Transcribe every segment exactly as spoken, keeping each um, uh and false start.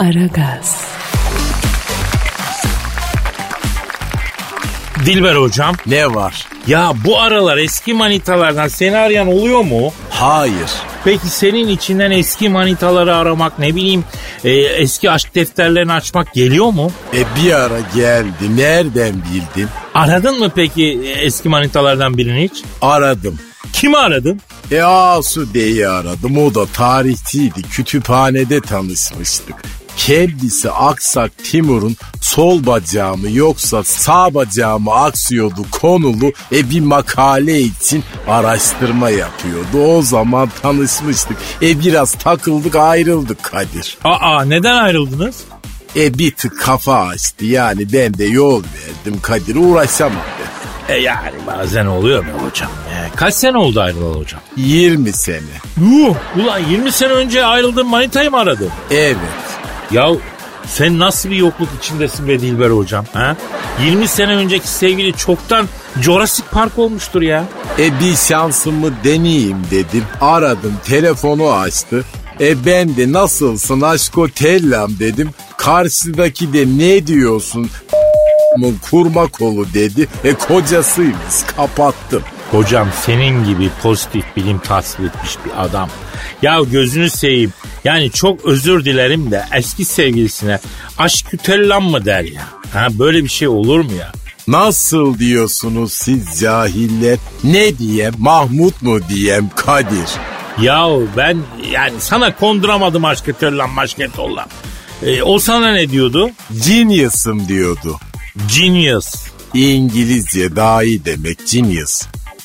Aragaz. Dilber hocam. Ne var? Ya bu aralar eski manitalardan seni arayan oluyor mu? Hayır. Peki senin içinden eski manitaları aramak, ne bileyim e, eski aşk defterlerini açmak geliyor mu? E bir ara geldi. Nereden bildin? Aradın mı peki eski manitalardan birini hiç? Aradım. Kimi aradın? E Asude'yi aradım. O da tarihçiydi. Kütüphanede tanışmıştık. Kendisi Aksak Timur'un sol bacağı mı yoksa sağ bacağı mı aksıyordu konulu e bir makale için araştırma yapıyordu. O zaman tanışmıştık. E biraz takıldık, ayrıldık Kadir. Aa, neden ayrıldınız? E bir tık kafa açtı, yani ben de yol verdim Kadir, uğraşamam ben. E yani bazen oluyor be hocam. E, kaç sene oldu ayrılalı hocam? yirmi sene. Yuh, ulan yirmi sene önce ayrıldığın manitayı mı aradın? Evet. Ya sen nasıl bir yokluk içindesin be Dilber hocam? Ha? yirmi sene önceki sevgili çoktan Jurassic Park olmuştur ya. E bir şansımı deneyeyim dedim. Aradım, telefonu açtı. E ben de nasılsın aşko tellam dedim. Karşıdaki de ne diyorsun kurma kolu dedi. E kocasıymış, kapattım. Hocam senin gibi pozitif bilim tasvir etmiş bir adam. Ya gözünü seveyim. Yani çok özür dilerim de eski sevgilisine aşk kütellam mı der ya? Ha, böyle bir şey olur mu ya? Nasıl diyorsunuz siz cahiller? Ne diyeyim? Mahmut mu diyeyim Kadir? Yahu ben yani sana konduramadım aşk kütellam aşk kütellam. Ee, o sana ne diyordu? Genius'ım diyordu. Genius. İngilizce daha iyi demek genius.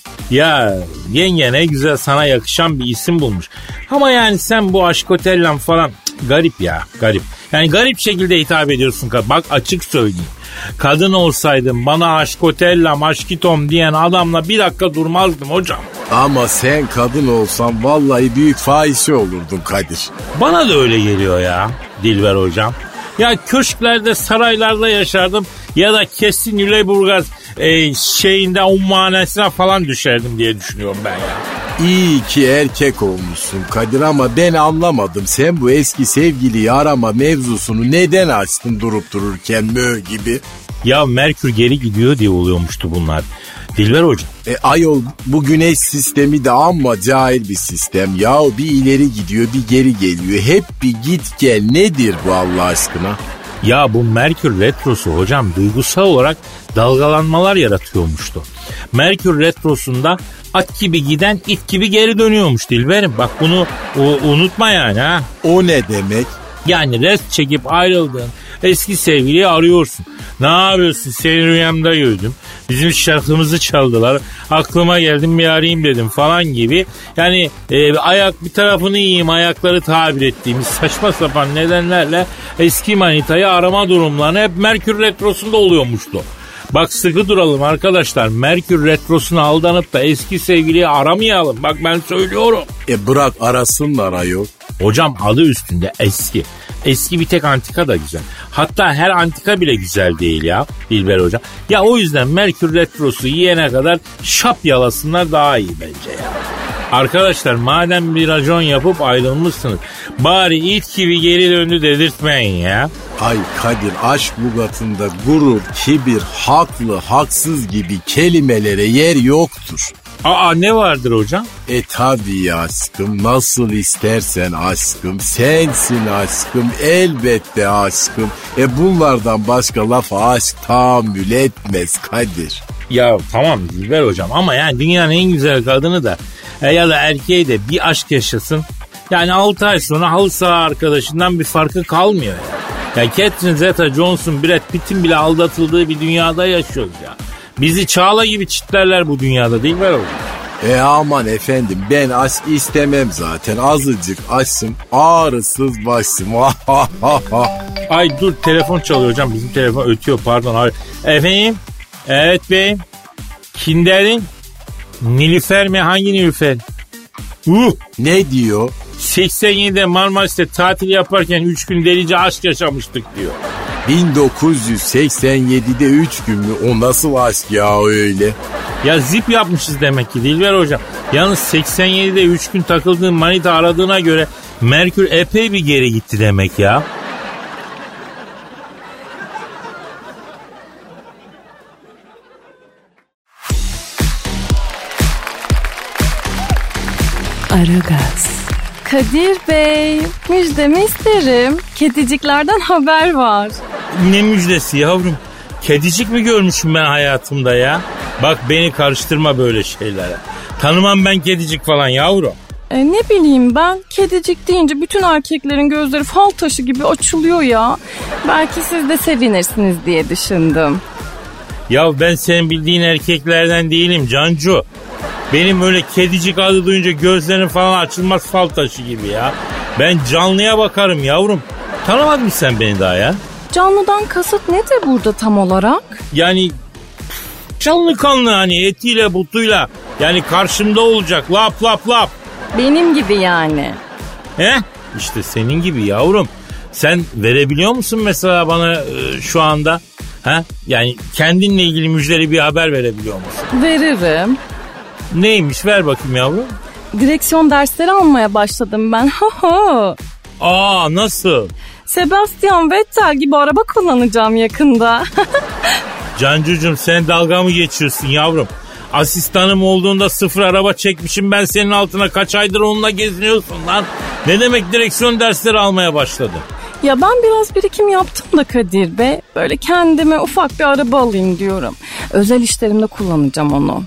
Ya yenge ne güzel sana yakışan bir isim bulmuş. Ama yani sen bu aşkotellam falan cık, garip ya garip. Yani garip şekilde hitap ediyorsun. Bak açık söyleyeyim. Kadın olsaydım bana aşkotellam aşkitom diyen adamla bir dakika durmazdım hocam. Ama sen kadın olsan vallahi büyük fahişe olurdun Kadir. Bana da öyle geliyor ya Dilber hocam. Ya köşklerde saraylarda yaşardım ya da kesin Lüleburgaz e, şeyinde ummanesine falan düşerdim diye düşünüyorum ben ya. İyi ki erkek olmuşsun Kadir ama ben anlamadım. Sen bu eski sevgiliyi arama mevzusunu neden açtın durup dururken mö gibi? Ya Merkür geri gidiyor diye oluyormuştu bunlar. Dilber hocam. E ayol bu güneş sistemi de amma cahil bir sistem. Yahu bir ileri gidiyor bir geri geliyor. Hep bir git gel, nedir bu Allah aşkına? Ya bu Merkür retrosu hocam duygusal olarak dalgalanmalar yaratıyormuştu. Merkür retrosunda at gibi giden it gibi geri dönüyormuş Dilberim. Bak bunu o, unutma yani ha. O ne demek? Yani rest çekip ayrıldığın eski sevgiliyi arıyorsun. Ne yapıyorsun? Seni rüyamda gördüm. Bizim şarkımızı çaldılar. Aklıma geldim bir arayayım dedim falan gibi. Yani e, ayak bir tarafını yiyeyim ayakları tabir ettiğimiz saçma sapan nedenlerle eski manitayı arama durumlarını hep Merkür retrosunda oluyormuştu. Bak sıkı duralım arkadaşlar. Merkür retrosuna aldanıp da eski sevgiliyi aramayalım. Bak ben söylüyorum. E bırak arasınlar ayol. Hocam adı üstünde eski. Eski bir tek antika da güzel. Hatta her antika bile güzel değil ya Dilber hocam. Ya o yüzden Merkür retrosu yiyene kadar şap yalasınlar daha iyi bence ya. Arkadaşlar madem bir racon yapıp ayrılmışsınız bari it gibi geri döndü dedirtmeyin ya. Ay Kadir, aşk lügatında gurur, kibir, haklı, haksız gibi kelimelere yer yoktur. Aa ne vardır hocam? E tabii aşkım, nasıl istersen aşkım, sensin aşkım, elbette aşkım. E bunlardan başka lafa aşk tahammül etmez Kadir. Ya tamam Dilber hocam ama yani dünyanın en güzel kadını da e, ya da erkeği de bir aşk yaşasın. Yani altı ay sonra halı saha arkadaşından bir farkı kalmıyor ya. Ya Catherine Zeta-Jones'un Brad Pitt'in bile aldatıldığı bir dünyada yaşıyoruz ya. Bizi Çağla gibi çitlerler bu dünyada değil mi hocam? E aman efendim, ben aşk istemem zaten. Azıcık aşkım, ağrısız başım. Ay dur telefon çalıyor hocam, bizim telefon ötüyor pardon. Efendim? Evet beyim. Kim dedin? Nilüfer mi? Hangi Nilüfer? Uh. Ne diyor? seksen yedide Marmaris'te tatil yaparken üç gün delice aşk yaşamıştık diyor. bin dokuz yüz seksen yedide üç gün mü? O nasıl aşk ya öyle? Ya zip yapmışız demek ki Dilber hocam. Yalnız seksen yedide üç gün takıldığın manita aradığına göre Merkür epey bir geri gitti demek ya. Aragaz. Kadir Bey, müjdemi isterim. Kediciklerden haber var. Ne müjdesi yavrum? Kedicik mi görmüşüm ben hayatımda ya? Bak beni karıştırma böyle şeylere. Tanımam ben kedicik falan yavrum. E, ne bileyim ben, kedicik deyince bütün erkeklerin gözleri fal taşı gibi açılıyor ya. Belki siz de sevinirsiniz diye düşündüm. Ya ben senin bildiğin erkeklerden değilim Cancu. Benim öyle kedicik adı duyunca gözlerin falan açılmaz fal taşı gibi ya. Ben canlıya bakarım yavrum. Tanımadın mı sen beni daha ya? Canlıdan kasıt nedir burada tam olarak? Yani canlı kanlı hani etiyle butuyla. Yani karşımda olacak lap lap lap. Benim gibi yani. He? İşte senin gibi yavrum. Sen verebiliyor musun mesela bana e, şu anda? Ha? Yani kendinle ilgili müjdeli bir haber verebiliyor musun? Veririm. Neymiş ver bakayım yavrum. Direksiyon dersleri almaya başladım ben. Ha ha. Aa nasıl? Sebastian Vettel gibi araba kullanacağım yakında. Cancucuğum sen dalga mı geçiyorsun yavrum? Asistanım olduğunda sıfır araba çekmişim ben senin altına, kaç aydır onunla geziniyorsun lan. Ne demek direksiyon dersleri almaya başladı? Ya ben biraz birikim yaptım da Kadir Bey. Böyle kendime ufak bir araba alayım diyorum. Özel işlerimde kullanacağım onu.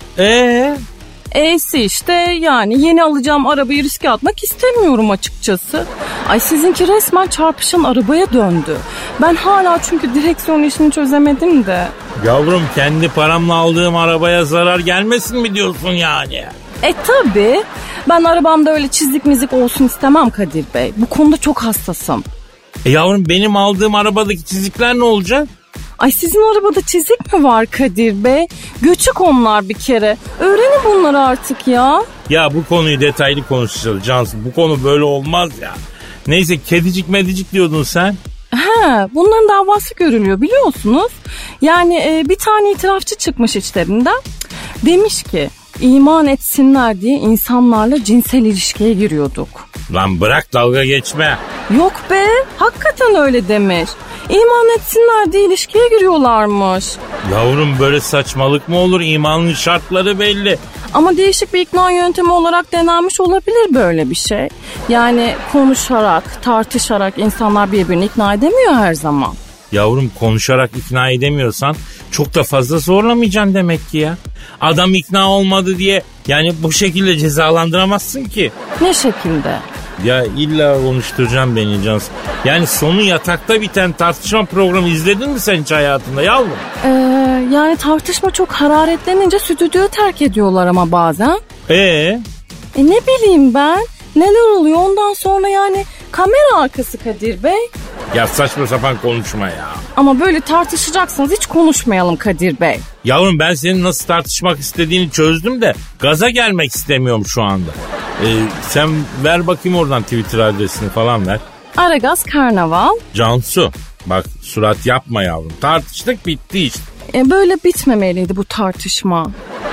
Eee? E'si işte yani yeni alacağım arabayı riske atmak istemiyorum açıkçası. Ay sizinki resmen çarpışan arabaya döndü. Ben hala çünkü direksiyon işini çözemedim de. Yavrum kendi paramla aldığım arabaya zarar gelmesin mi diyorsun yani? E tabi. Ben arabamda öyle çizik mizik olsun istemem Kadir Bey. Bu konuda çok hassasım. E yavrum benim aldığım arabadaki çizikler ne olacak? Ay sizin arabada çizik mi var Kadir Bey? Göçük onlar bir kere. Öğrenin bunları artık ya. Ya bu konuyu detaylı konuşacağız Cansu. Bu konu böyle olmaz ya. Neyse kedicik medicik diyordun sen. He, bunların davası görülüyor biliyorsunuz. Yani e, bir tane itirafçı çıkmış içlerinden. Demiş ki iman etsinler diye insanlarla cinsel ilişkiye giriyorduk. Lan bırak dalga geçme. Yok be, hakikaten öyle demiş. İman etsinler diye ilişkiye giriyorlarmış. Yavrum böyle saçmalık mı olur? İmanın şartları belli. Ama değişik bir ikna yöntemi olarak denenmiş olabilir böyle bir şey. Yani konuşarak, tartışarak insanlar birbirini ikna edemiyor her zaman. Yavrum konuşarak ikna edemiyorsan çok da fazla zorlamayacaksın demek ki ya. Adam ikna olmadı diye yani bu şekilde cezalandıramazsın ki. Ne şekilde? Ya illa konuşturacağım beni Cansu. Yani sonu yatakta biten tartışma programı izledin mi sen hiç hayatında yavrum? Ee, yani tartışma çok hararetlenince stüdyoyu terk ediyorlar ama bazen. Ee? E ne bileyim ben. Neler oluyor ondan sonra yani kamera arkası Kadir Bey. Ya saçma sapan konuşma ya. Ama böyle tartışacaksanız hiç konuşmayalım Kadir Bey. Yavrum ben senin nasıl tartışmak istediğini çözdüm de gaza gelmek istemiyorum şu anda. Ee, sen ver bakayım oradan Twitter adresini falan ver. Aragaz Karnaval. Cansu bak surat yapma yavrum. Tartıştık bitti işte. E böyle bitmemeliydi bu tartışma.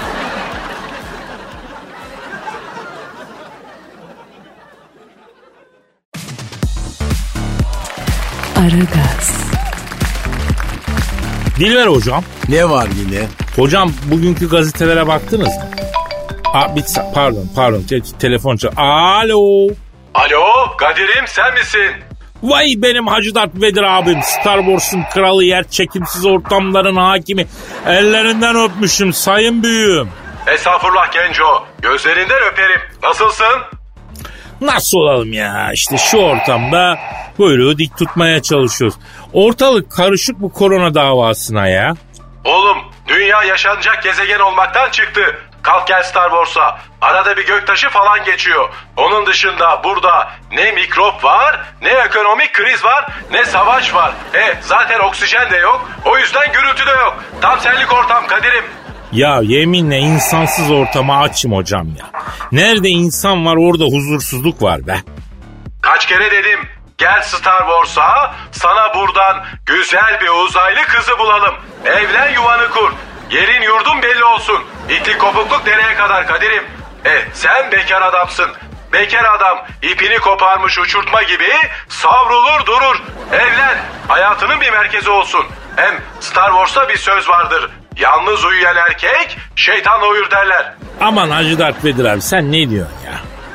Aragaz. Dilber hocam. Ne var yine? Hocam bugünkü gazetelere baktınız mı? Aa, bir, pardon pardon te- telefon çal. Alo. Alo Kadir'im sen misin? Vay benim Hacı Dert Vedir abim. Star Wars'un kralı, yer çekimsiz ortamların hakimi. Ellerinden öpmüşüm sayın büyüğüm. Estağfurullah Genco. Gözlerinden öperim. Nasılsın? Nasıl olalım ya? İşte şu ortamda kuyruğu dik tutmaya çalışıyoruz. Ortalık karışık bu korona davasına ya. Oğlum dünya yaşanacak gezegen olmaktan çıktı. Kalk gel Star Wars'a. Arada bir göktaşı falan geçiyor. Onun dışında burada ne mikrop var, ne ekonomik kriz var, ne savaş var. E zaten oksijen de yok. O yüzden gürültü de yok. Tam senlik ortam Kadir'im. Ya yeminle insansız ortama açım hocam ya. Nerede insan var orada huzursuzluk var be. Kaç kere dedim. Gel Star Wars'a, sana buradan güzel bir uzaylı kızı bulalım. Evlen yuvanı kur. Yerin yurdun belli olsun. İtlik kopukluk nereye kadar Kadir'im? E sen bekar adamsın. Bekar adam ipini koparmış uçurtma gibi savrulur durur. Evlen, hayatının bir merkezi olsun. Hem Star Wars'ta bir söz vardır. Yalnız uyuyan erkek şeytanla uyur derler. Aman Hacı Dert Vedir abi sen ne diyorsun ya?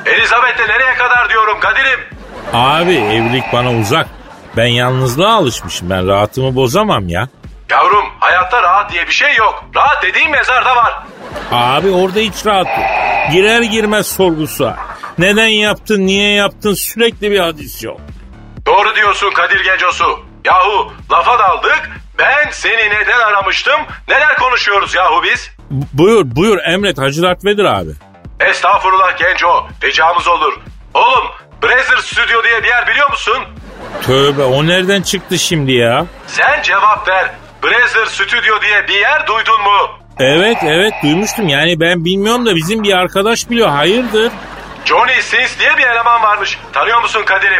Elizabeth'le nereye kadar diyorum Kadir'im. Abi evlilik bana uzak. Ben yalnızlığa alışmışım. Ben rahatımı bozamam ya. Yavrum hayatta rahat diye bir şey yok. Rahat dediğin mezarda var. Abi orada hiç rahat yok. Girer girmez sorgusu. Neden yaptın, niye yaptın sürekli bir hadis yok. Doğru diyorsun Kadir Gencosu. Yahu lafa daldık. Ben seni neden aramıştım? Neler konuşuyoruz yahu biz? B- buyur buyur emret Hacı Dert Vedir abi. Estağfurullah Genco. Ricamız olur. Oğlum Brazzer Studio diye bir yer biliyor musun? Tövbe o nereden çıktı şimdi ya? Sen cevap ver. Brazzer Studio diye bir yer duydun mu? Evet evet duymuştum yani ben bilmiyorum da bizim bir arkadaş biliyor hayırdır? Johnny Sins diye bir eleman varmış. Tanıyor musun Kadir'im?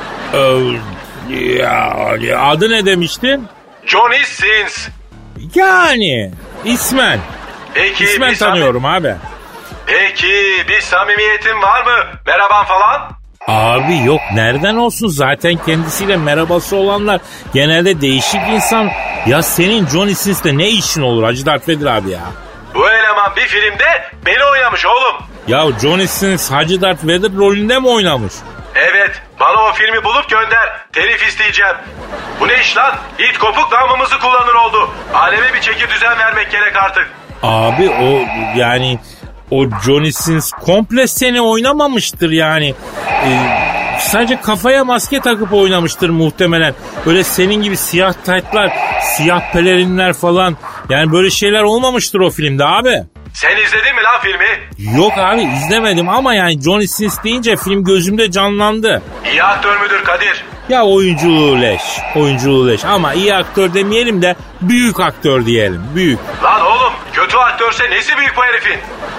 Ee, ya, adı ne demiştin? Johnny Sins. Yani ismen. Peki, İsmen tanıyorum samim... abi. Peki bir samimiyetin var mı? Merhaban falan? Abi yok nereden olsun zaten kendisiyle merhabası olanlar genelde değişik insan. Ya senin Johnny Sins'le ne işin olur Hacı Dert Vedir abi ya? Bu eleman bir filmde beni oynamış oğlum. Ya Johnny Sins Hacı Dert Vedir rolünde mi oynamış? Evet bana o filmi bulup gönder. Telif isteyeceğim. Bu ne iş lan? İt kopuk namımızı kullanır oldu. Aleme bir çeki düzen vermek gerek artık. Abi o yani o Johnny Sins komple seni oynamamıştır yani. Ee, sadece kafaya maske takıp oynamıştır muhtemelen. Öyle senin gibi siyah taytlar, siyah pelerinler falan. Yani böyle şeyler olmamıştır o filmde abi. Sen izledin mi lan filmi? Yok abi izlemedim ama yani Johnny Sins deyince film gözümde canlandı. İyi aktör müdür Kadir? Ya oyunculuğu leş, oyunculuğu leş ama iyi aktör demeyelim de büyük aktör diyelim, büyük. Lan oğlum kötü aktörse nesi büyük bu herifin?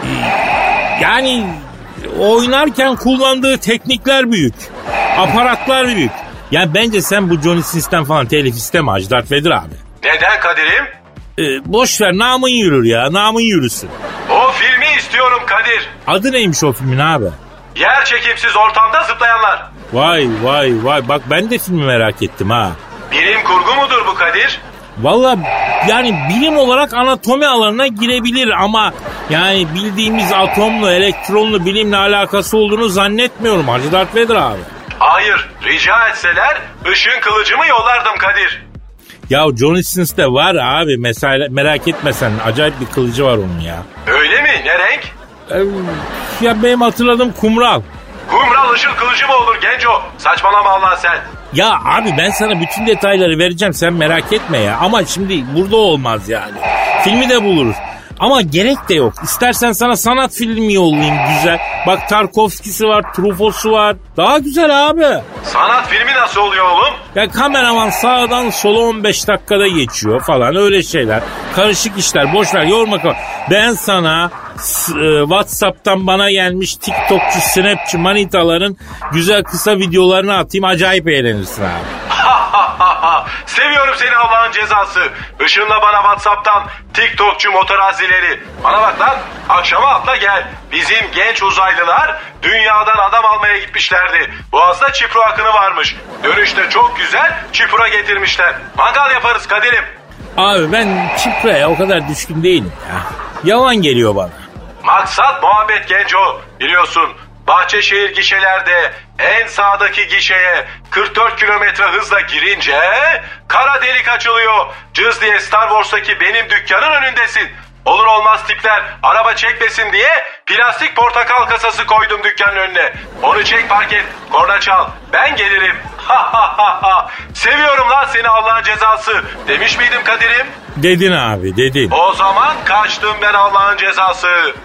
Yani oynarken kullandığı teknikler büyük, aparatlar büyük. Yani bence sen bu Johnny Sins'ten falan telif isteme Hacı Dert Vedir abi. Neden Kadir'im? Ee, boş ver namın yürür ya, namın yürüsün. O filmi istiyorum Kadir. Adı neymiş o filmin abi? Yer çekimsiz ortamda zıplayanlar. Vay vay vay bak ben de filmi merak ettim ha. Bilim kurgu mudur bu Kadir? Valla yani bilim olarak anatomi alanına girebilir ama yani bildiğimiz atomlu elektronlu bilimle alakası olduğunu zannetmiyorum Hacı Dert Vedir abi. Hayır rica etseler ışın kılıcımı yollardım Kadir. Ya Johnny Sins'te var abi mesela merak etme sen acayip bir kılıcı var onun ya. Öyle mi ne renk? Ee, ya benim hatırladığım kumral. Kumral ışın kılıcı mı olur Genco? Saçmalama Allah sen. Ya abi ben sana bütün detayları vereceğim sen merak etme ya. Ama şimdi burada olmaz yani. Filmi de buluruz. Ama gerek de yok. İstersen sana sanat filmi yollayayım güzel. Bak Tarkovski'si var, Truffaut'su var. Daha güzel abi. Sanat filmi nasıl oluyor oğlum? Ya kameraman sağdan sola on beş dakikada geçiyor falan öyle şeyler. Karışık işler boş ver yorma kal. Ben sana e, WhatsApp'tan bana gelmiş TikTokçu, Snapçı, manitaların güzel kısa videolarını atayım acayip eğlenirsin abi. Seviyorum seni Allah'ın cezası. Işınla bana WhatsApp'tan TikTokçu motorazileri. Bana bak lan akşama atla gel. Bizim genç uzaylılar dünyadan adam almaya gitmişlerdi. Boğaz'da çipro akını varmış. Dönüşte çok güzel çipro getirmişler. Mangal yaparız Kadir'im. Abi ben çiproya o kadar düşkün değilim ya. Yalan geliyor bana. Maksat muhabbet Genco. Biliyorsun Bahçeşehir gişelerde en sağdaki gişeye kırk dört kilometre hızla girince kara delik açılıyor. Cız diye Star Wars'taki benim dükkanın önündesin. Olur olmaz tipler araba çekmesin diye plastik portakal kasası koydum dükkanın önüne. Onu çek park et, korna çal, ben gelirim. Seviyorum lan seni Allah'ın cezası. Demiş miydim Kadir'im? Dedin abi dedin. O zaman kaçtım ben Allah'ın cezası.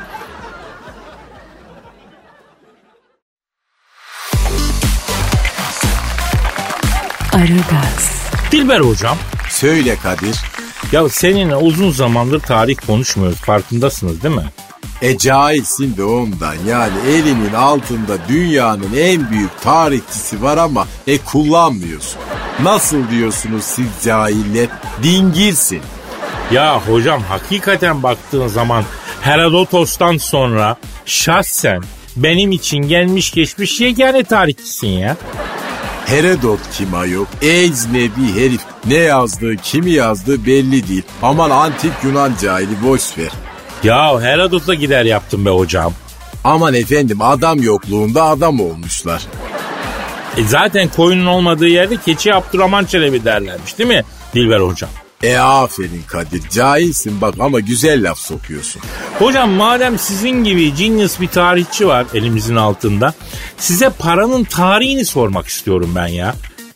Aragaz. Dilber hocam. Söyle Kadir. Ya seninle uzun zamandır tarih konuşmuyoruz farkındasınız değil mi? E cahilsin de ondan yani elinin altında dünyanın en büyük tarihçisi var ama e kullanmıyorsun. Nasıl diyorsunuz siz cahiller? Dingilsin. Ya hocam hakikaten baktığın zaman Herodotos'tan sonra şahsen benim için gelmiş geçmiş yegane tarihçisin ya. Herodot kim ayol? Ecnebi herif. Ne yazdığı, kimi yazdığı belli değil. Aman antik Yunan cahili boş ver. Ya Herodot'a gider yaptım be hocam. Aman efendim adam yokluğunda adam olmuşlar. E zaten koyunun olmadığı yerde keçi Abdurrahman Çelebi derlermiş değil mi Dilber hocam? E aferin Kadir, cahilsin bak ama güzel laf sokuyorsun. Hocam madem sizin gibi genius bir tarihçi var elimizin altında, size paranın tarihini sormak istiyorum ben ya.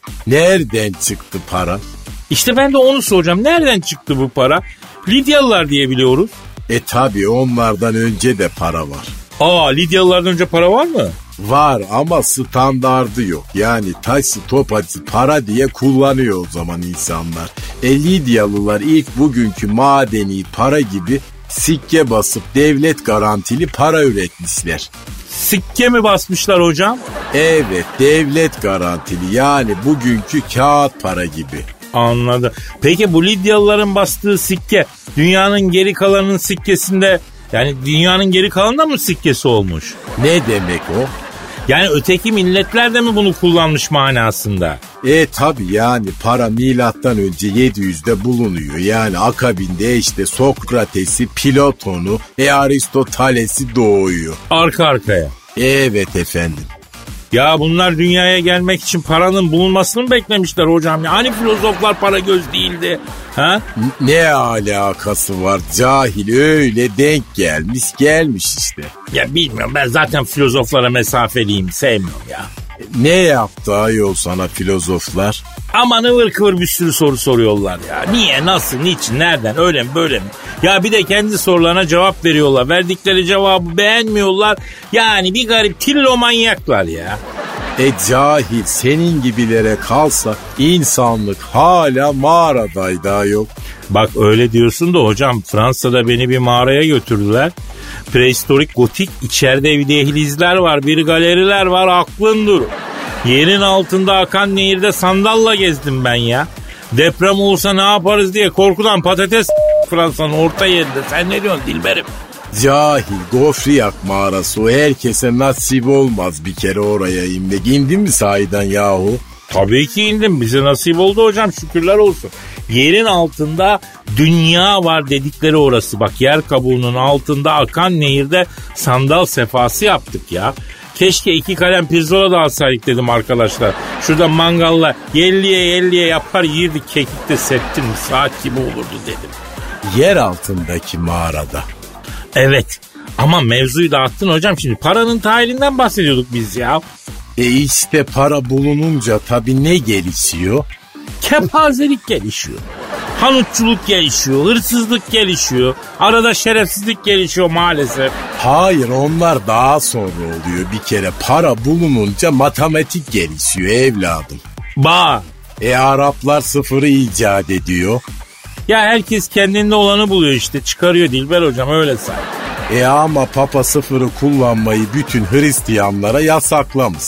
Nereden çıktı para? İşte ben de onu soracağım. Nereden çıktı bu para? Lidyalılar diye biliyoruz. E tabi onlardan önce de para var. Aa, Lidyalılardan önce para var mı? Var ama standardı yok. Yani taşı topacı para diye kullanıyor o zaman insanlar. E Lidyalılar ilk bugünkü madeni para gibi sikke basıp devlet garantili para üretmişler. Sikke mi basmışlar hocam? Evet, devlet garantili, yani bugünkü kağıt para gibi. Anladım. Peki bu Lidyalıların bastığı sikke dünyanın geri kalanının sikkesinde, yani dünyanın geri kalanında mı sikkesi olmuş? Ne demek o? Yani öteki milletler de mi bunu kullanmış manasında? E tabi, yani para milattan önce yedi yüzde bulunuyor. Yani akabinde işte Sokrates'i, Platon'u, e Aristoteles'i doğuyor. Arka arkaya. Evet efendim. Ya bunlar dünyaya gelmek için paranın bulunmasını mı beklemişler hocam? Yani filozoflar para göz değildi. Ha? Ne alakası var? Cahil, öyle denk gelmiş gelmiş işte. Ya bilmiyorum, ben zaten filozoflara mesafeliyim, sevmiyorum ya. Ne yaptı ayol sana filozoflar? Aman ıvır kıvır bir sürü soru soruyorlar ya. Niye, nasıl, niçin, nereden, öyle mi, böyle mi? Ya bir de kendi sorularına cevap veriyorlar. Verdikleri cevabı beğenmiyorlar. Yani bir garip tillomanyaklar ya. E cahil, senin gibilere kalsa insanlık hala mağaradaydı ayol. Bak öyle diyorsun da hocam, Fransa'da beni bir mağaraya götürdüler. Prehistorik gotik, içeride bir dehlizler var, bir galeriler var, aklın dur. Yerin altında akan nehirde sandalla gezdim ben ya. Deprem olursa ne yaparız diye korkudan patates Fransa'nın orta yerinde. Sen ne diyorsun Dilberim? Cahil, Gofriyak mağarası, o herkese nasip olmaz bir kere oraya inmek. İndin mi sahiden yahu? Tabii ki indim, bize nasip oldu hocam, şükürler olsun. Yerin altında dünya var dedikleri orası, bak yer kabuğunun altında akan nehirde sandal sefası yaptık ya. Keşke iki kalem pirzola da alsaydık dedim arkadaşlar. Şurada mangalla yelliye yelliye yapar yiyirdik, kekikte septin saat gibi olurdu dedim. Yer altındaki mağarada. Evet ama mevzuyu dağıttın hocam, şimdi paranın tahilinden bahsediyorduk biz ya. E işte para bulununca tabii ne gelişiyor? Kepazelik gelişiyor. Hanutçuluk gelişiyor, hırsızlık gelişiyor, arada şerefsizlik gelişiyor maalesef. Hayır, onlar daha sonra oluyor. Bir kere para bulununca matematik gelişiyor evladım. Ba. E Araplar sıfırı icat ediyor. Ya herkes kendinde olanı buluyor işte, çıkarıyor Dilber hocam, öyle say. E ama Papa sıfırı kullanmayı bütün Hristiyanlara yasaklamış.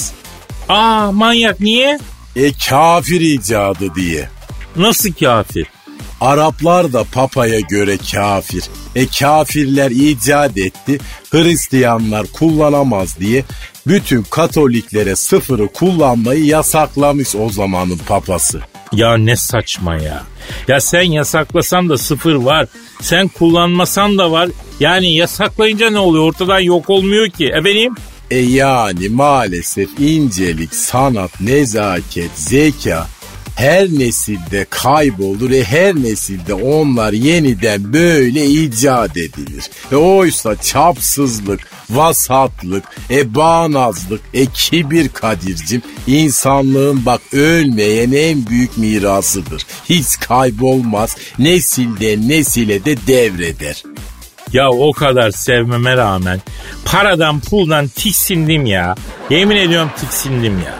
Aa, manyak, niye? E kafir icadı diye. Nasıl kafir? Araplar da Papa'ya göre kafir. E kafirler icat etti, Hristiyanlar kullanamaz diye bütün Katoliklere sıfırı kullanmayı yasaklamış o zamanın papası. Ya ne saçma ya. Ya sen yasaklasan da sıfır var. Sen kullanmasan da var. Yani yasaklayınca ne oluyor? Ortadan yok olmuyor ki. Efendim? E yani maalesef incelik, sanat, nezaket, zeka her nesilde kaybolur. E her nesilde onlar yeniden böyle icat edilir. E oysa çapsızlık, vasatlık, e bağnazlık, e kibir Kadir'cim insanlığın bak ölmeyen en büyük mirasıdır. Hiç kaybolmaz, nesilden nesile de devreder. Ya o kadar sevmeme rağmen paradan puldan tiksindim ya. Yemin ediyorum tiksindim ya.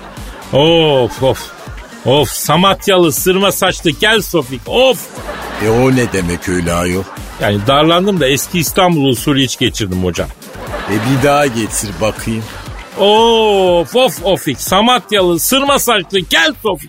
Of of. Of, Samatyalı sırma saçlı gel Sofik, of. E o ne demek öyle ayol? Yani darlandım da eski İstanbul usulü iç geçirdim hocam. E bir daha geçir bakayım. Of of ofik, Samatyalı sırma saçlı gel Sofik.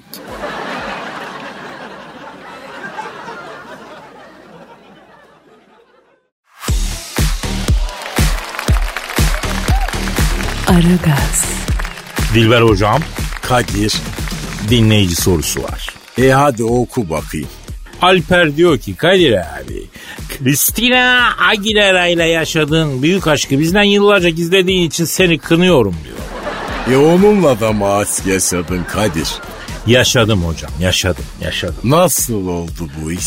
Aragaz. Dilber hocam. Kadir. Dinleyici sorusu var. E hadi oku bakayım. Alper diyor ki Kadir abi, Christina Aguilera ile yaşadığın büyük aşkı bizden yıllarca gizlediğin için seni kınıyorum diyor. E onunla da mı aşk yaşadın Kadir? Yaşadım hocam, yaşadım, yaşadım. Nasıl oldu bu iş?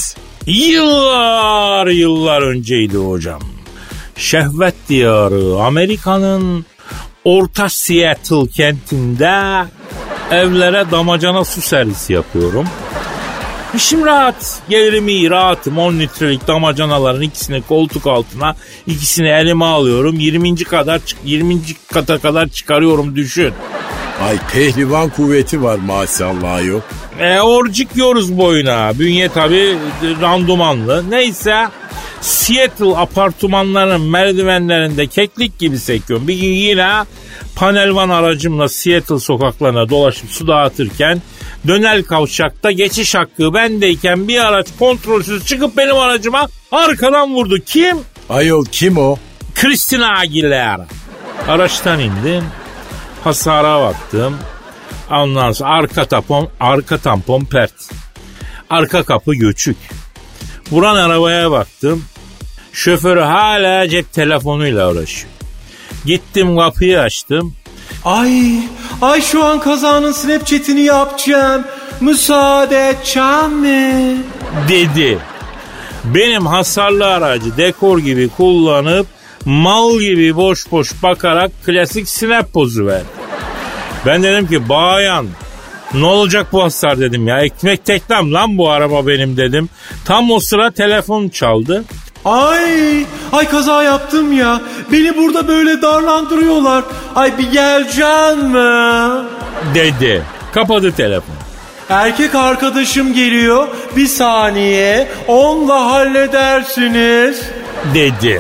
Yıllar yıllar önceydi hocam. Şehvet diyarı Amerika'nın Orta Seattle kentinde evlere damacana su servisi yapıyorum. İşim rahat, gelirim iyi, rahatım. on litrelik damacanaların ikisini koltuk altına, ikisini elime alıyorum. yirminci kadar yirminci kata kadar çıkarıyorum, düşün. Ay pehlivan kuvveti var maşallah yok. E, orcik yiyoruz boyuna. Bünye tabii randumanlı. Neyse, Seattle apartmanlarının merdivenlerinde keklik gibi sekiyorum. Bir gün yine panelvan aracımla Seattle sokaklarına dolaşıp su dağıtırken dönel kavşakta geçiş hakkı bendeyken bir araç kontrolsüz çıkıp benim aracıma arkadan vurdu. Kim? Ayol kim o? Christina Aguilera. Araçtan indim. Hasara baktım. Ondan sonra arka tampon, arka tampon pert. Arka kapı göçük. Vuran arabaya baktım. Şoförü hala cep telefonuyla uğraşıyor. Gittim kapıyı açtım. Ay, ay şu an kazanın Snapchat'ini yapacağım. Müsaade edeceğim mi? Dedi. Benim hasarlı aracı dekor gibi kullanıp mal gibi boş boş bakarak klasik snap pozu verdi. Ben dedim ki bayan ne olacak bu hasar dedim ya. Ekmek teknem lan bu araba benim dedim. Tam o sıra telefon çaldı. Ay, ay kaza yaptım ya. Beni burada böyle darlandırıyorlar. Ay bir geleceksin mi? Dedi. Kapadı telefonu. Erkek arkadaşım geliyor. Bir saniye. Onunla halledersiniz. Dedi.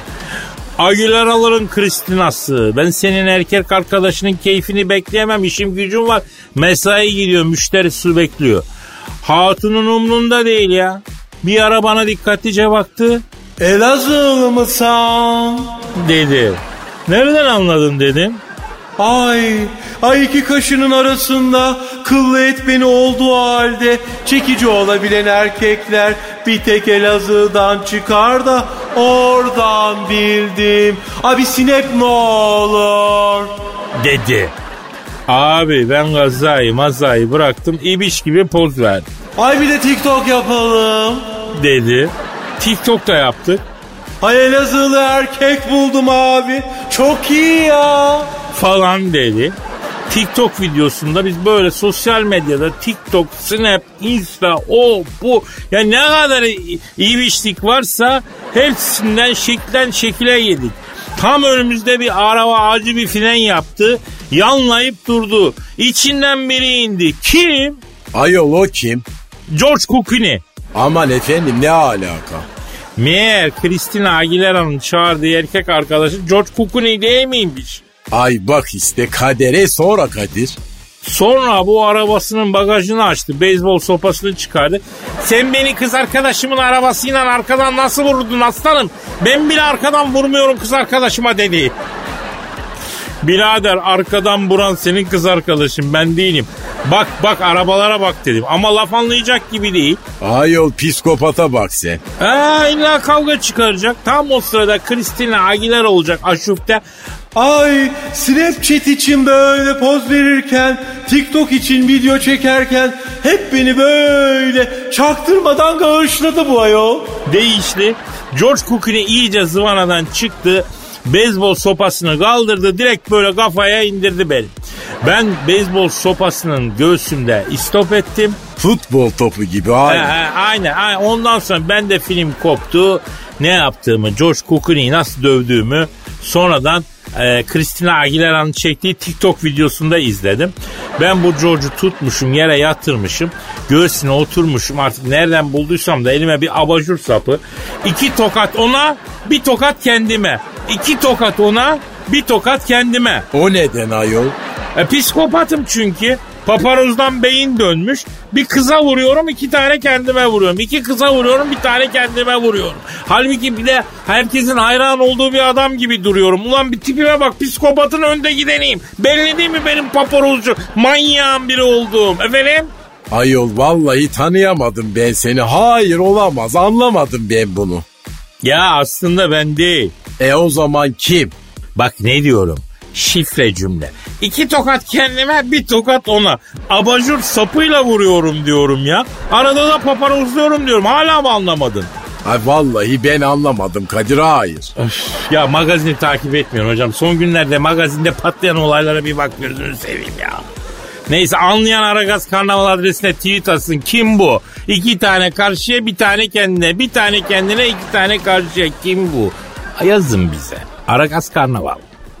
Aguilera'ların Christina'sı. Ben senin erkek arkadaşının keyfini bekleyemem. İşim gücüm var. Mesai gidiyor. Müşteri su bekliyor. Hatunun umrunda değil ya. Bir ara bana dikkatlice baktı. Elazığlı mısın? Dedi. Nereden anladın dedim. Ay, ay iki kaşının arasında kıllı et beni olduğu halde çekici olabilen erkekler bir tek Elazığ'dan çıkar da oradan bildim. Abi sinep ne olur? Dedi. Abi ben gazayı mazayı bıraktım, ibiş gibi poz verdim. Ay bir de TikTok yapalım. Dedi. TikTok da yaptık. Ay Elazığlı erkek buldum abi. Çok iyi ya. Falan dedi. TikTok videosunda biz böyle sosyal medyada TikTok, Snap, Insta, o bu ya ne kadar iyiymişlik varsa hepsinden şeklen şekile yedik. Tam önümüzde bir araba acı bir fren yaptı. Yanlayıp durdu. İçinden biri indi. Kim? Ayol o kim? George Clooney. Aman efendim ne alaka? Meğer Christina Aguilera'nın çağırdığı erkek arkadaşı George Clooney değil miymiş? Ay bak işte kadere sonra Kadir. Sonra bu arabasının bagajını açtı. Beyzbol sopasını çıkardı. Sen beni kız arkadaşımın arabasıyla arkadan nasıl vurdun aslanım? Ben bile arkadan vurmuyorum kız arkadaşıma dedi. Birader arkadan vuran senin kız arkadaşın, ben değilim. Bak bak arabalara bak dedim. Ama laf anlayacak gibi değil. Ayol psikopata bak sen. Aa, illa kavga çıkaracak. Tam o sırada Christina Aguilera olacak aşufte. Ay Snapchat için böyle poz verirken, TikTok için video çekerken hep beni böyle çaktırmadan bağışladı bu ayol. Değişti. George Clooney iyice zıvanadan çıktı. Beyzbol sopasını kaldırdı. Direkt böyle kafaya indirdi beni. Ben beyzbol sopasının göğsümde istop ettim. Futbol topu gibi abi. He, he, aynen, aynen. Ondan sonra ben de film koptu. Ne yaptığımı, George Clooney'i nasıl dövdüğümü sonradan e, Christina Aguilera'nın çektiği TikTok videosunda izledim. Ben bu George'u tutmuşum, yere yatırmışım. Göğsüne oturmuşum, artık nereden bulduysam da elime bir abajur sapı. İki tokat ona, bir tokat kendime. İki tokat ona, bir tokat kendime. O neden ayol? E, psikopatım çünkü. Paparozdan beyin dönmüş. Bir kıza vuruyorum, iki tane kendime vuruyorum. İki kıza vuruyorum, bir tane kendime vuruyorum. Halbuki bir de herkesin hayran olduğu bir adam gibi duruyorum. Ulan bir tipime bak, psikopatın önde gideneyim. Belli değil mi benim paparozcu manyağın biri olduğum? Efendim? Ayol vallahi tanıyamadım ben seni. Hayır olamaz, anlamadım ben bunu. Ya aslında ben değil. E o zaman kim? Bak ne diyorum. Şifre cümle. İki tokat kendime, bir tokat ona. Abajur sapıyla vuruyorum diyorum ya. Arada da paparozluyorum diyorum. Hala mı anlamadın? Ay vallahi ben anlamadım Kadir, hayır. Öf, ya magazini takip etmiyorum hocam. Son günlerde magazinde patlayan olaylara bir bak, gözünü seveyim ya. Neyse, anlayan Aragaz Karnaval adresine tweet atsın. Kim bu? İki tane karşıya, bir tane kendine. Bir tane kendine, iki tane karşıya. Kim bu? Yazın bize. Aragaz Karnaval.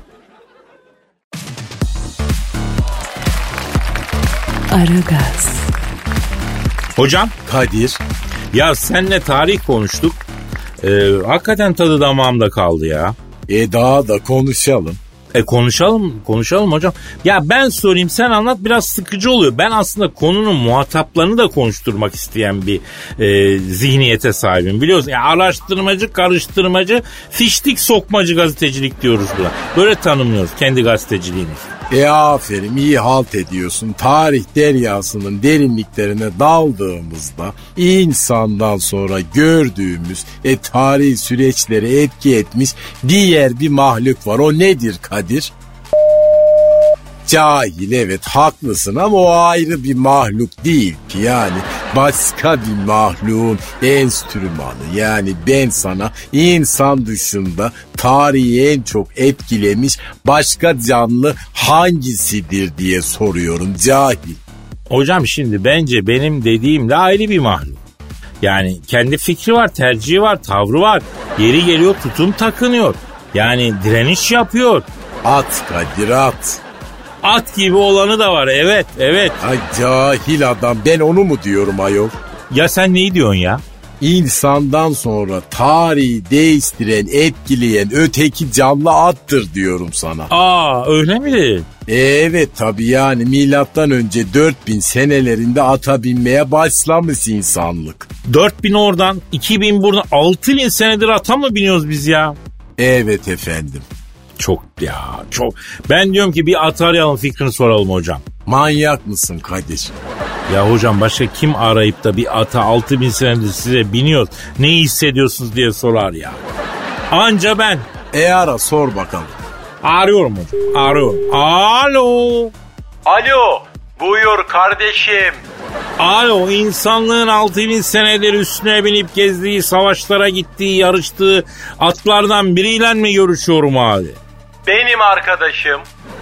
Aragaz. Hocam. Kadir. Ya seninle tarih konuştuk. Ee, hakikaten tadı damağımda kaldı ya. E daha da konuşalım. E konuşalım, konuşalım hocam. Ya ben sorayım, sen anlat, biraz sıkıcı oluyor. Ben aslında konunun muhataplarını da konuşturmak isteyen bir e, zihniyete sahibim. Biliyorsun ya, araştırmacı, karıştırmacı, fiştik sokmacı gazetecilik diyoruz buna. Böyle tanımlıyoruz kendi gazeteciliğimizi. E aferin, iyi halt ediyorsun. Tarih deryasının derinliklerine daldığımızda insandan sonra gördüğümüz e, tarih süreçleri etki etmiş diğer bir mahluk var. O nedir Kadir? Cahil, evet haklısın ama o ayrı bir mahluk değil ki, yani başka bir mahluğun enstrümanı. Yani ben sana insan dışında tarihi en çok etkilemiş başka canlı hangisidir diye soruyorum cahil. Hocam şimdi bence benim dediğimle ayrı bir mahluk. Yani kendi fikri var, tercihi var, tavrı var. Yeri geliyor tutum takınıyor. Yani direniş yapıyor. At Kadir, at. At gibi olanı da var, evet, evet. Ay cahil adam, ben onu mu diyorum ayol? Ya sen neyi diyorsun ya? İnsandan sonra tarihi değiştiren, etkileyen öteki canlı attır diyorum sana. Aa, öyle mi? Evet tabii, yani milattan önce dört bin senelerinde ata binmeye başlamış insanlık. dört bin oradan, iki bin buradan, altı bin senedir ata mı biniyoruz biz ya? Evet efendim. Çok ya, çok. Ben diyorum ki bir at arayalım, fikrini soralım hocam. Manyak mısın Kadir? Ya hocam, başka kim arayıp da bir ata altı bin senedir size biniyoruz, ne hissediyorsunuz diye sorar ya. Anca ben. E ara, sor bakalım. Arıyorum hocam, arıyorum. Alo. Alo, buyur kardeşim. Alo, insanlığın altı bin senedir üstüne binip gezdiği, savaşlara gittiği, yarıştığı atlardan biriyle mi görüşüyorum abi? Benim arkadaşım.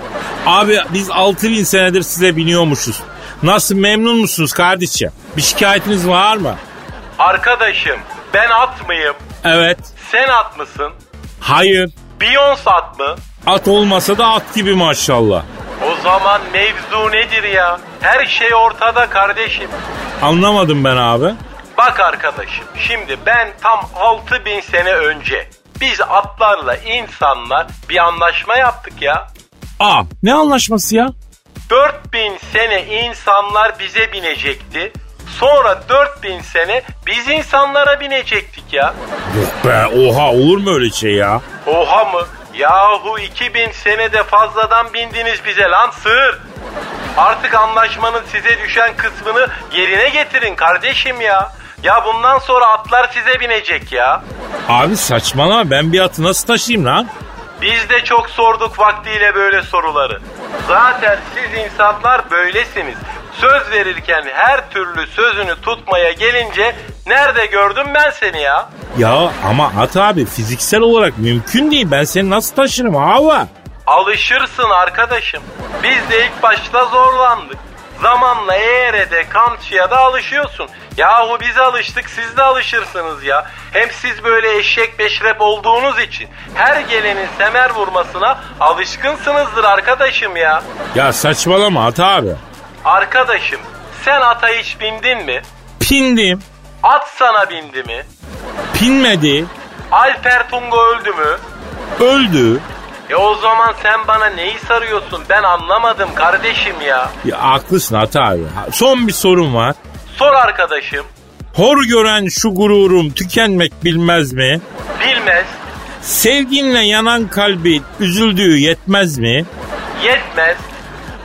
Abi biz altı bin senedir size biniyormuşuz. Nasıl, memnun musunuz kardeşim? Bir şikayetiniz var mı? Arkadaşım, ben at mıyım? Evet. Sen at mısın? Hayır. Beyoncé at mı? At olmasa da at gibi maşallah. O zaman mevzu nedir ya? Her şey ortada kardeşim. Anlamadım ben abi. Bak arkadaşım, şimdi ben tam altı bin sene önce biz atlarla insanlar bir anlaşma yaptık ya. Aa, ne anlaşması ya? dört bin sene insanlar bize binecekti. Sonra dört bin sene biz insanlara binecektik ya. Yok be, oha, olur mu öyle şey ya? Oha mı? Yahu iki bin senede fazladan bindiniz bize lan sığır. Artık anlaşmanın size düşen kısmını yerine getirin kardeşim ya. Ya bundan sonra atlar size binecek ya. Abi saçmalama, ben bir atı nasıl taşıyayım lan? Biz de çok sorduk vaktiyle böyle soruları. Zaten siz insanlar böylesiniz. Söz verirken her türlü sözünü tutmaya gelince nerede gördüm ben seni ya? Ya ama at abi, fiziksel olarak mümkün değil. Ben seni nasıl taşırım hava? Alışırsın arkadaşım. Biz de ilk başta zorlandık. Zamanla eğere de kamçıya da alışıyorsun. Yahu biz alıştık, siz de alışırsınız ya. Hem siz böyle eşek beşrep olduğunuz için her gelenin semer vurmasına alışkınsınızdır arkadaşım ya. Ya saçmalama at abi. Arkadaşım, sen ata hiç bindin mi? Pindim. At sana bindi mi? Pinmedi. Alper Tungo öldü mü? Öldü. E o zaman sen bana neyi sarıyorsun? Ben anlamadım kardeşim ya. Ya haklısın at abi. Son bir sorum var. Sor arkadaşım. Hor gören şu gururum tükenmek bilmez mi? Bilmez. Sevginle yanan kalbi üzüldüğü yetmez mi? Yetmez.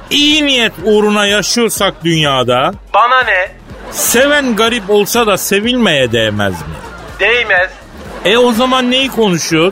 iyi niyet uğruna yaşıyorsak dünyada, Bana ne? seven garip olsa da sevilmeye değmez mi? Değmez. E o zaman neyi konuşuyor?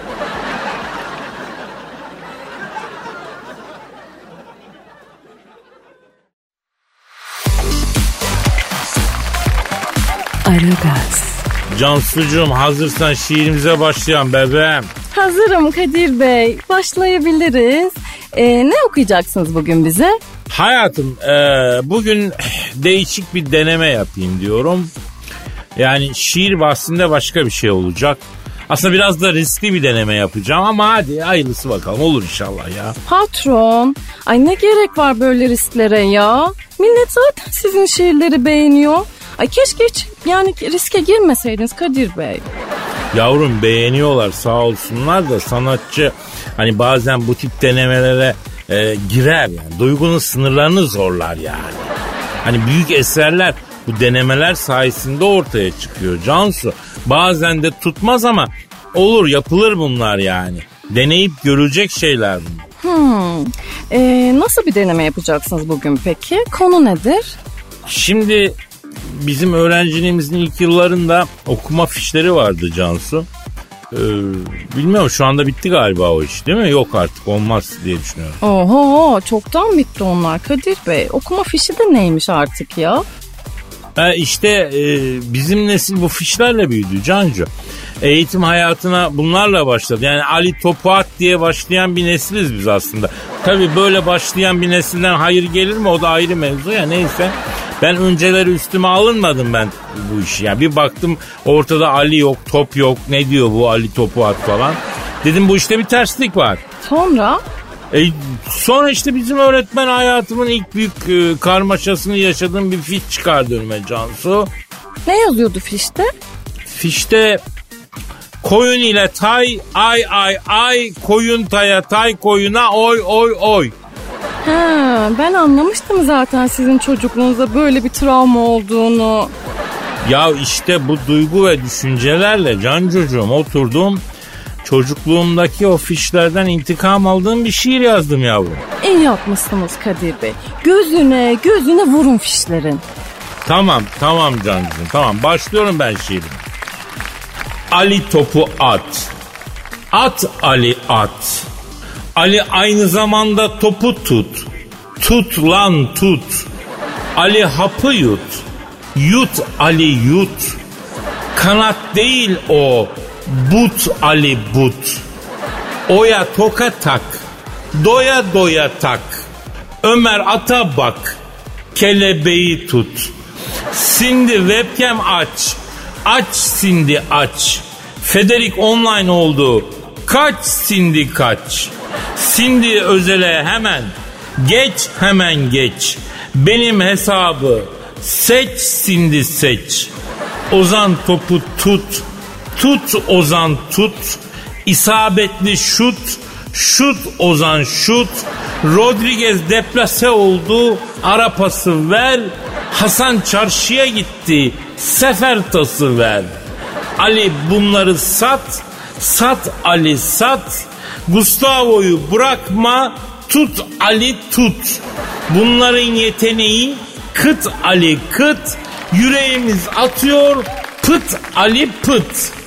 Aragaz. Cansucuğum, hazırsan şiirimize başlayalım bebeğim. Hazırım Kadir Bey. Başlayabiliriz. Ee, ne okuyacaksınız bugün bize? Hayatım, e, bugün değişik bir deneme yapayım diyorum. Yani şiir bahsinde başka bir şey olacak. Aslında biraz da riskli bir deneme yapacağım ama hadi hayırlısı bakalım, olur inşallah ya. Patron, ay ne gerek var böyle risklere ya? Millet zaten sizin şiirleri beğeniyor. Ay keşke hiç yani riske girmeseydiniz Kadir Bey. Yavrum, beğeniyorlar sağ olsunlar da sanatçı hani bazen bu tip denemelere e, girer yani. Duygunun sınırlarını zorlar yani. Hani büyük eserler bu denemeler sayesinde ortaya çıkıyor Cansu. Bazen de tutmaz ama olur, yapılır bunlar yani. Deneyip görülecek şeyler bunlar. Hmm. Ee, nasıl bir deneme yapacaksınız bugün peki? Konu nedir? Şimdi bizim öğrenciliğimizin ilk yıllarında okuma fişleri vardı Cansu. Ee, bilmiyorum, şu anda bitti galiba o iş, değil mi? Yok artık, olmaz diye düşünüyorum. Oho, çoktan bitti onlar Kadir Bey. Okuma fişi de neymiş artık ya? E işte e, bizim nesil bu fişlerle büyüdü Cancu. Eğitim hayatına bunlarla başladı. Yani Ali Topuat diye başlayan bir nesiliz biz aslında. Tabii böyle başlayan bir nesilden hayır gelir mi? O da ayrı mevzu ya, neyse. Ben önceleri üstüme alınmadım ben bu işi. Yani bir baktım ortada Ali yok, top yok. Ne diyor bu Ali Topuat falan. Dedim bu işte bir terslik var. Sonra? E, sonra işte bizim öğretmen hayatımın ilk büyük e, karmaşasını yaşadığım bir fiş çıkardı önüme Cansu. Ne yazıyordu fişte? Fişte koyun ile tay, ay ay ay, koyun taya, tay koyuna, oy oy oy. Ha, ben anlamıştım zaten sizin çocukluğunuzda böyle bir travma olduğunu. Ya işte bu duygu ve düşüncelerle Cancucuğum oturdum. Çocukluğumdaki o fişlerden intikam aldığım bir şiir yazdım yavrum. İyi yapmışsınız Kadir Bey. Gözüne gözüne vurun fişlerin. Tamam tamam Cancucuğum, tamam, başlıyorum ben şiirime. Ali topu at. At Ali at. Ali aynı zamanda topu tut. Tut lan tut. Ali hapı yut. Yut Ali yut. Kanat değil o. But Ali but. Oya toka tak. Doya doya tak. Ömer ata bak. Kelebeği tut. Sindi webcam aç. Aç Sindi aç. Federik online oldu. Kaç Sindi kaç. Sindi özele hemen. Geç hemen geç. Benim hesabı seç Sindi seç. Ozan topu tut. Tut Ozan tut. İsabetli şut. Şut Ozan şut. Rodriguez deplase oldu. Ara pası ver. Hasan çarşıya gitti. Sefer tası ver. Ali bunları sat. Sat Ali sat. Gustavo'yu bırakma. Tut Ali tut. Bunların yeteneği kıt Ali kıt. Yüreğimiz atıyor. Pıt Ali pıt.